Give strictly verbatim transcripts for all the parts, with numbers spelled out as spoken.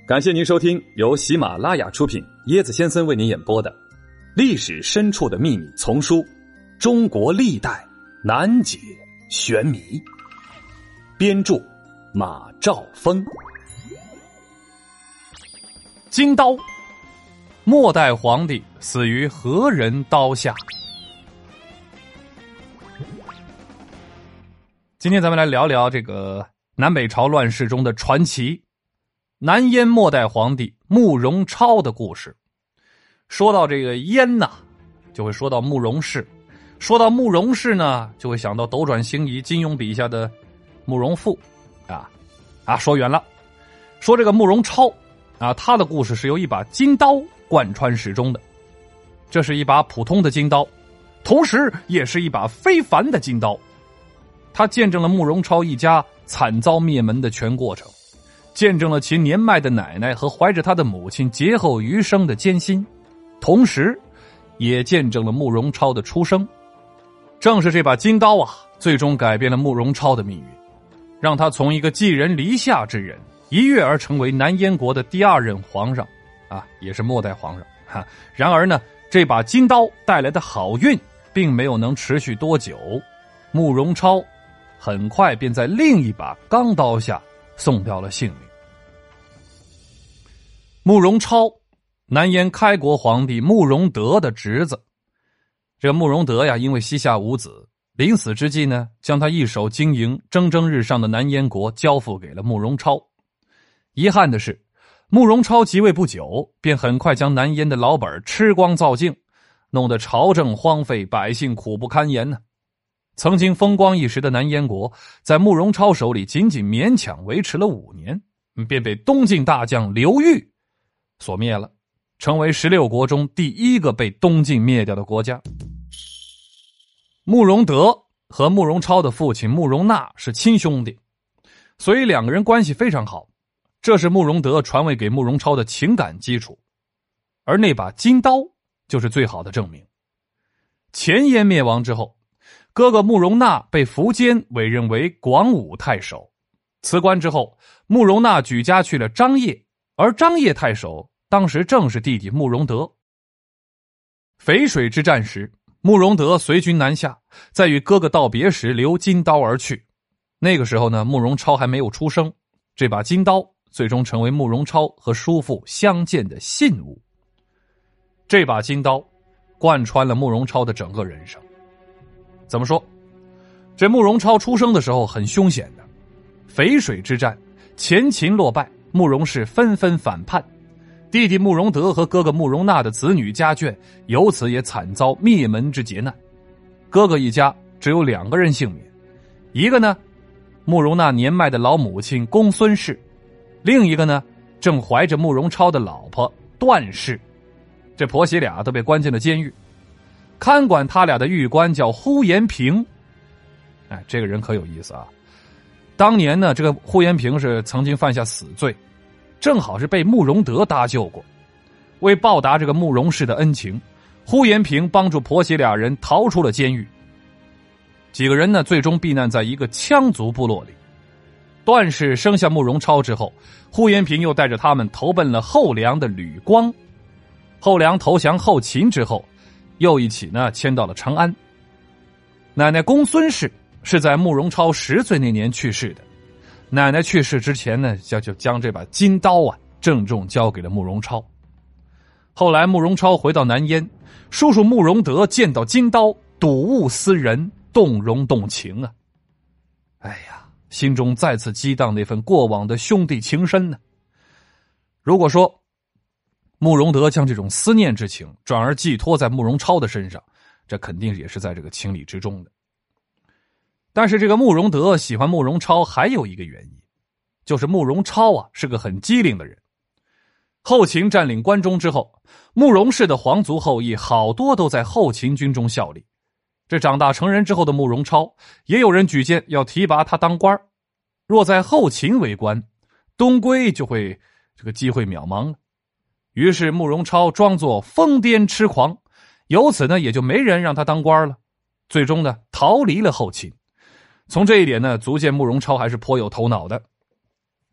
感谢您收听由喜马拉雅出品，椰子先生为您演播的《历史深处的秘密》丛书《中国历代难解玄谜》，编著马兆峰。 金刀，末代皇帝死于何人刀下？今天咱们来聊聊这个南北朝乱世中的传奇南燕末代皇帝慕容超的故事。说到这个燕呐，就会说到慕容氏，说到慕容氏呢，就会想到斗转星移金庸笔下的慕容复啊啊，说远了。说这个慕容超啊，他的故事是由一把金刀贯穿始终的。这是一把普通的金刀，同时也是一把非凡的金刀。他见证了慕容超一家惨遭灭门的全过程，见证了其年迈的奶奶和怀着他的母亲劫后余生的艰辛，同时也见证了慕容超的出生。正是这把金刀啊，最终改变了慕容超的命运，让他从一个寄人篱下之人一跃而成为南燕国的第二任皇上啊，也是末代皇上哈。然而呢，这把金刀带来的好运并没有能持续多久，慕容超很快便在另一把钢刀下送掉了性命。慕容超，南燕开国皇帝慕容德的侄子。这个慕容德呀，因为膝下无子，临死之际呢，将他一手经营蒸蒸日上的南燕国交付给了慕容超。遗憾的是，慕容超即位不久，便很快将南燕的老本吃光造净，弄得朝政荒废，百姓苦不堪言呢。曾经风光一时的南燕国，在慕容超手里仅仅勉强维持了五年，便被东晋大将刘裕所灭了，成为十六国中第一个被东晋灭掉的国家。慕容德和慕容超的父亲慕容纳是亲兄弟，所以两个人关系非常好，这是慕容德传位给慕容超的情感基础。而那把金刀就是最好的证明。前燕灭亡之后，哥哥慕容纳被苻坚委任为广武太守，辞官之后，慕容纳举家去了张掖，而张掖太守当时正是弟弟慕容德。淝水之战时，慕容德随军南下，在与哥哥道别时留金刀而去。那个时候呢，慕容超还没有出生，这把金刀最终成为慕容超和叔父相见的信物。这把金刀贯穿了慕容超的整个人生。怎么说？这慕容超出生的时候很凶险的，淝水之战，前秦落败，慕容氏纷纷反叛，弟弟慕容德和哥哥慕容纳的子女家眷由此也惨遭灭门之劫难。哥哥一家只有两个人幸免，一个呢，慕容纳年迈的老母亲公孙氏，另一个呢，正怀着慕容超的老婆段氏。这婆媳俩都被关进了监狱。看管他俩的狱官叫呼延平，哎，这个人可有意思啊！当年呢，这个呼延平是曾经犯下死罪，正好是被慕容德搭救过。为报答这个慕容氏的恩情，呼延平帮助婆媳俩人逃出了监狱。几个人呢，最终避难在一个羌族部落里。段氏生下慕容超之后，呼延平又带着他们投奔了后梁的吕光。后梁投降后秦之后，又一起呢迁到了长安。奶奶公孙氏是在慕容超十岁那年去世的。奶奶去世之前呢，就就将这把金刀啊郑重交给了慕容超。后来慕容超回到南燕，叔叔慕容德见到金刀，睹物思人，动容动情啊。哎呀，心中再次激荡那份过往的兄弟情深呢。如果说慕容德将这种思念之情转而寄托在慕容超的身上，这肯定也是在这个情理之中的。但是这个慕容德喜欢慕容超还有一个原因，就是慕容超啊是个很机灵的人。后秦占领关中之后，慕容氏的皇族后裔好多都在后秦军中效力。这长大成人之后的慕容超，也有人举荐要提拔他当官，若在后秦为官，东归就会这个机会渺茫了。于是慕容超装作疯癫痴狂，由此呢也就没人让他当官了，最终呢逃离了后秦。从这一点呢，足见慕容超还是颇有头脑的。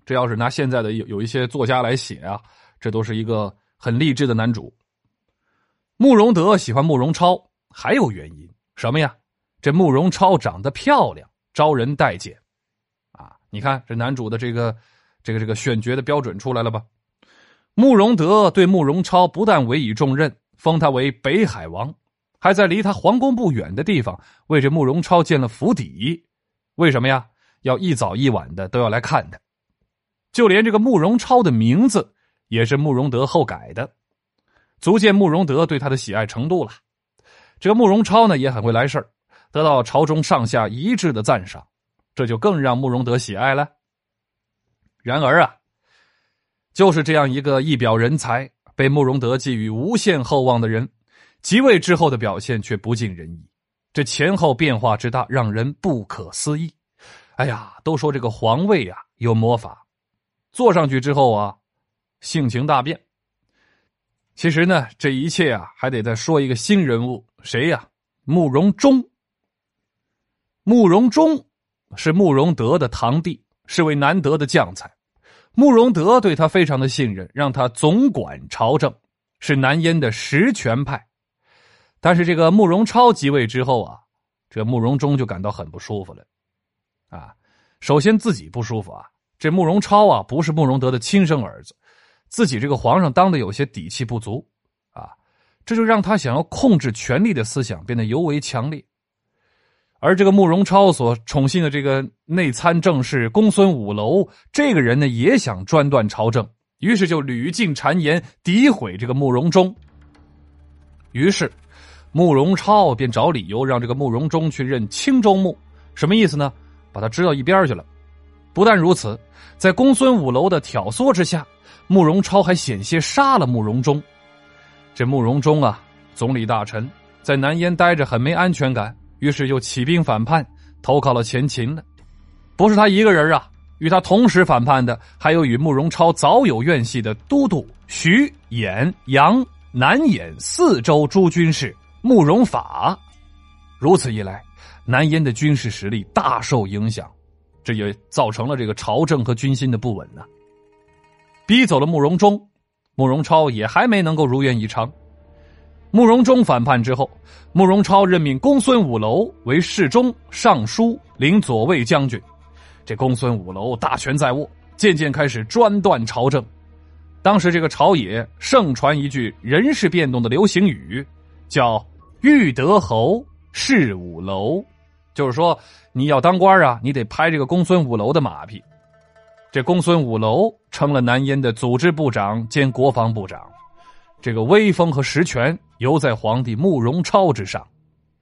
这要是拿现在的有有一些作家来写啊，这都是一个很励志的男主。慕容德喜欢慕容超还有原因，什么呀？这慕容超长得漂亮，招人待见啊！你看这男主的这个这个这个选角的标准出来了吧？慕容德对慕容超不但委以重任，封他为北海王，还在离他皇宫不远的地方为这慕容超建了府邸。为什么呀？要一早一晚的都要来看他。就连这个慕容超的名字也是慕容德后改的，足见慕容德对他的喜爱程度了。这个慕容超呢也很会来事儿，得到朝中上下一致的赞赏，这就更让慕容德喜爱了。然而啊，就是这样一个一表人才，被慕容德寄予无限厚望的人，即位之后的表现却不尽人意。这前后变化之大，让人不可思议。哎呀，都说这个皇位啊有魔法，坐上去之后啊，性情大变。其实呢，这一切啊，还得再说一个新人物，谁呀？慕容忠。慕容忠是慕容德的堂弟，是位难得的将才。慕容德对他非常的信任，让他总管朝政，是南燕的实权派。但是这个慕容超即位之后啊，这慕容忠就感到很不舒服了。啊，首先自己不舒服啊，这慕容超啊不是慕容德的亲生儿子，自己这个皇上当的有些底气不足啊，这就让他想要控制权力的思想变得尤为强烈。而这个慕容超所宠信的这个内参政事公孙五楼，这个人呢也想专断朝政，于是就屡尽谗言，诋毁这个慕容忠。于是慕容超便找理由让这个慕容忠去任青州牧，什么意思呢？把他支到一边去了。不但如此，在公孙五楼的挑唆之下，慕容超还险些杀了慕容忠。这慕容忠啊，总理大臣，在南燕待着很没安全感，于是就起兵反叛，投靠了前秦了。不是他一个人啊，与他同时反叛的还有与慕容超早有怨隙的都督徐、兖、杨、南兖四州诸军事慕容法。如此一来，南燕的军事实力大受影响，这也造成了这个朝政和军心的不稳呢、啊。逼走了慕容忠，慕容超也还没能够如愿以偿。慕容忠反叛之后，慕容超任命公孙五楼为侍中、尚书、领左卫将军。这公孙五楼大权在握，渐渐开始专断朝政。当时这个朝野盛传一句人事变动的流行语，叫欲得侯事五楼，就是说你要当官啊，你得拍这个公孙五楼的马屁。这公孙五楼成了南燕的组织部长兼国防部长，这个威风和实权犹在皇帝慕容超之上。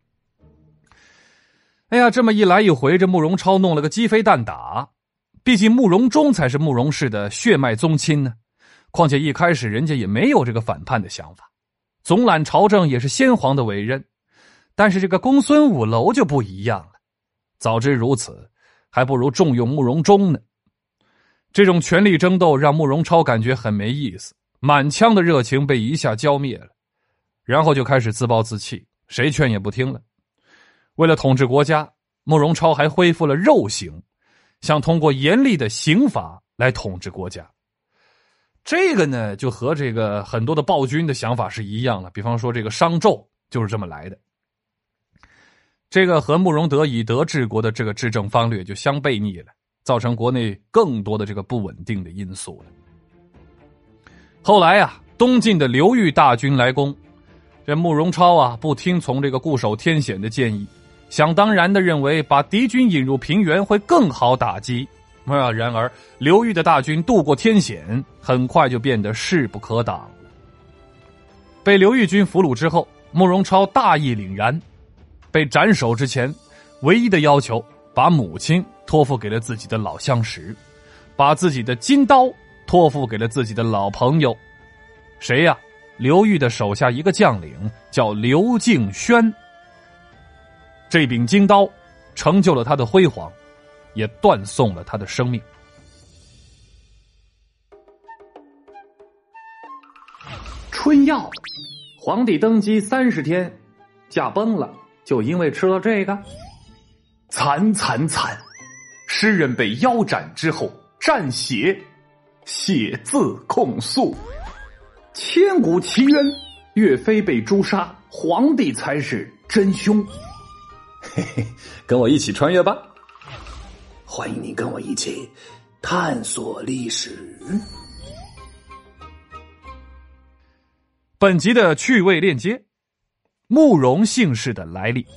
哎呀，这么一来一回，这慕容超弄了个鸡飞蛋打。毕竟慕容忠才是慕容氏的血脉宗亲呢，况且一开始人家也没有这个反叛的想法，总揽朝政也是先皇的委任。但是这个公孙五楼就不一样了，早知如此，还不如重用慕容忠呢。这种权力争斗让慕容超感觉很没意思，满腔的热情被一下浇灭了，然后就开始自暴自弃，谁劝也不听了。为了统治国家，慕容超还恢复了肉刑，想通过严厉的刑法来统治国家。这个呢，就和这个很多的暴君的想法是一样了，比方说这个商纣就是这么来的。这个和慕容德以德治国的这个治政方略就相背逆了，造成国内更多的这个不稳定的因素了。后来啊，东晋的刘裕大军来攻，这慕容超啊不听从这个固守天险的建议，想当然的认为把敌军引入平原会更好打击。啊，然而刘裕的大军渡过天险，很快就变得势不可挡了。被刘裕军俘虏之后，慕容超大义凛然，被斩首之前，唯一的要求把母亲托付给了自己的老相识，把自己的金刀托付给了自己的老朋友。谁呀？刘裕的手下一个将领叫刘敬轩。这柄金刀成就了他的辉煌，也断送了他的生命。春药，皇帝登基三十天，驾崩了，就因为吃了这个。惨惨惨！诗人被腰斩之后， 蘸血，血字控诉。千古奇冤，岳飞被诛杀，皇帝才是真凶。 嘿嘿，跟我一起穿越吧。 欢迎你跟我一起探索历史。 本集的趣味链接：慕容姓氏的来历。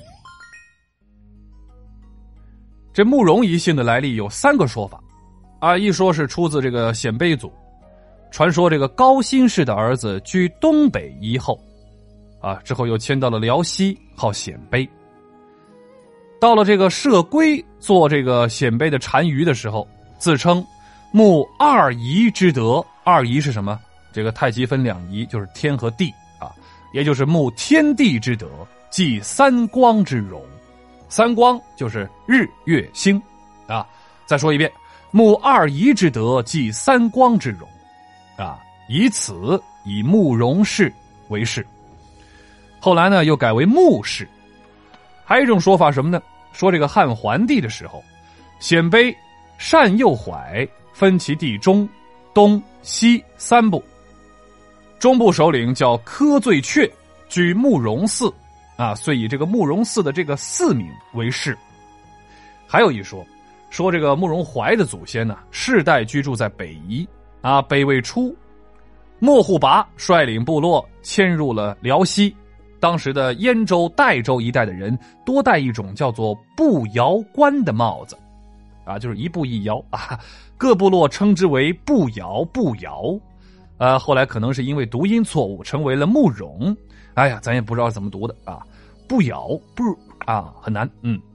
这慕容一姓的来历有三个说法啊，一说是出自这个鲜卑族，传说这个高辛氏的儿子居东北夷后啊，之后又迁到了辽西，号鲜卑。到了这个社归做这个鲜卑的单于的时候，自称慕二夷之德。二夷是什么？这个太极分两仪，就是天和地啊，也就是慕天地之德，即三光之荣。三光就是日月星啊。再说一遍，慕二夷之德，即三光之荣啊，以此以慕容氏为氏。后来呢，又改为穆氏。还有一种说法什么呢？说这个汉桓帝的时候，鲜卑善右虺分其地中、东、西三部，中部首领叫柯最阙，居慕容寺啊，遂以这个慕容寺的这个寺名为氏。还有一说，说这个慕容怀的祖先呢，世代居住在北夷啊。北魏初，莫护拔率领部落迁入了辽西。当时的燕州、代州一带的人多戴一种叫做步摇冠的帽子啊，就是一步一摇啊，各部落称之为步摇步摇。呃，后来可能是因为读音错误，成为了慕容。哎呀，咱也不知道怎么读的啊，步摇不啊，很难。嗯，